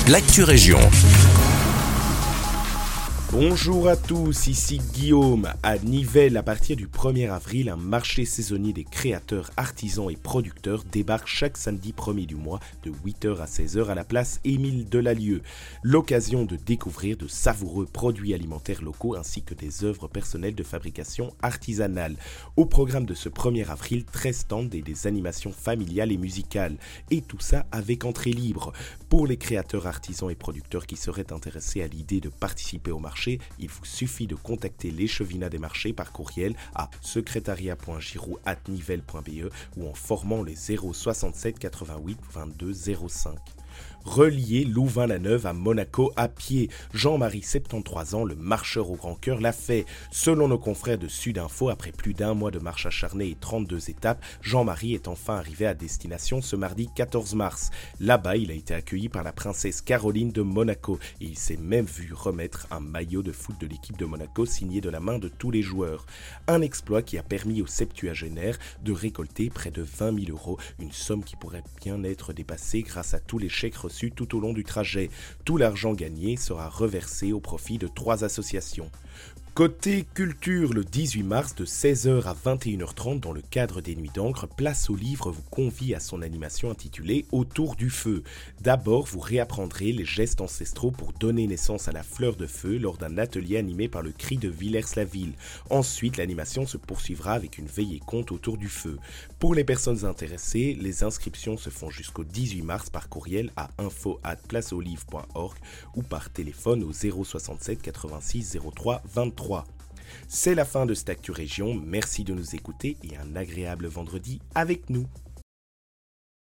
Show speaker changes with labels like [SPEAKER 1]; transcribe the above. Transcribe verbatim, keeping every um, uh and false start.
[SPEAKER 1] l'actu région.
[SPEAKER 2] Bonjour à tous, ici Guillaume. À Nivelles, à partir du premier avril, un marché saisonnier des créateurs, artisans et producteurs débarque chaque samedi premier du mois de huit heures à seize heures à la place Émile Delalieu. L'occasion de découvrir de savoureux produits alimentaires locaux ainsi que des œuvres personnelles de fabrication artisanale. Au programme de ce premier avril, treize stands et des animations familiales et musicales. Et tout ça avec entrée libre. Pour les créateurs, artisans et producteurs qui seraient intéressés à l'idée de participer au marché, il vous suffit de contacter l'échevinat des marchés par courriel à secrétariat point giroud arobase nivelles point b e ou en formant les zéro soixante-sept quatre-vingt-huit vingt-deux zéro cinq. Relier Louvain-la-Neuve à Monaco à pied. Jean-Marie, soixante-treize ans, le marcheur au grand cœur, l'a fait. Selon nos confrères de Sudinfo, après plus d'un mois de marche acharnée et trente-deux étapes, Jean-Marie est enfin arrivé à destination ce mardi quatorze mars. Là-bas, il a été accueilli par la princesse Caroline de Monaco et il s'est même vu remettre un maillot de foot de l'équipe de Monaco signé de la main de tous les joueurs. Un exploit qui a permis au septuagénaire de récolter près de vingt mille euros, une somme qui pourrait bien être dépassée grâce à tous les chèques reçus tout au long du trajet. Tout l'argent gagné sera reversé au profit de trois associations. Côté culture, le dix-huit mars de seize heures à vingt et une heures trente dans le cadre des Nuits d'encre, Place au Livre vous convie à son animation intitulée Autour du feu. D'abord, vous réapprendrez les gestes ancestraux pour donner naissance à la fleur de feu lors d'un atelier animé par le Cri de Villers-la-Ville. Ensuite, l'animation se poursuivra avec une veillée conte autour du feu. Pour les personnes intéressées, les inscriptions se font jusqu'au dix-huit mars par courriel à info arobase place au livre point org ou par téléphone au zéro soixante-sept quatre-vingt-six zéro trois vingt-trois. C'est la fin de cette Actu Région, merci de nous écouter et un agréable vendredi avec nous.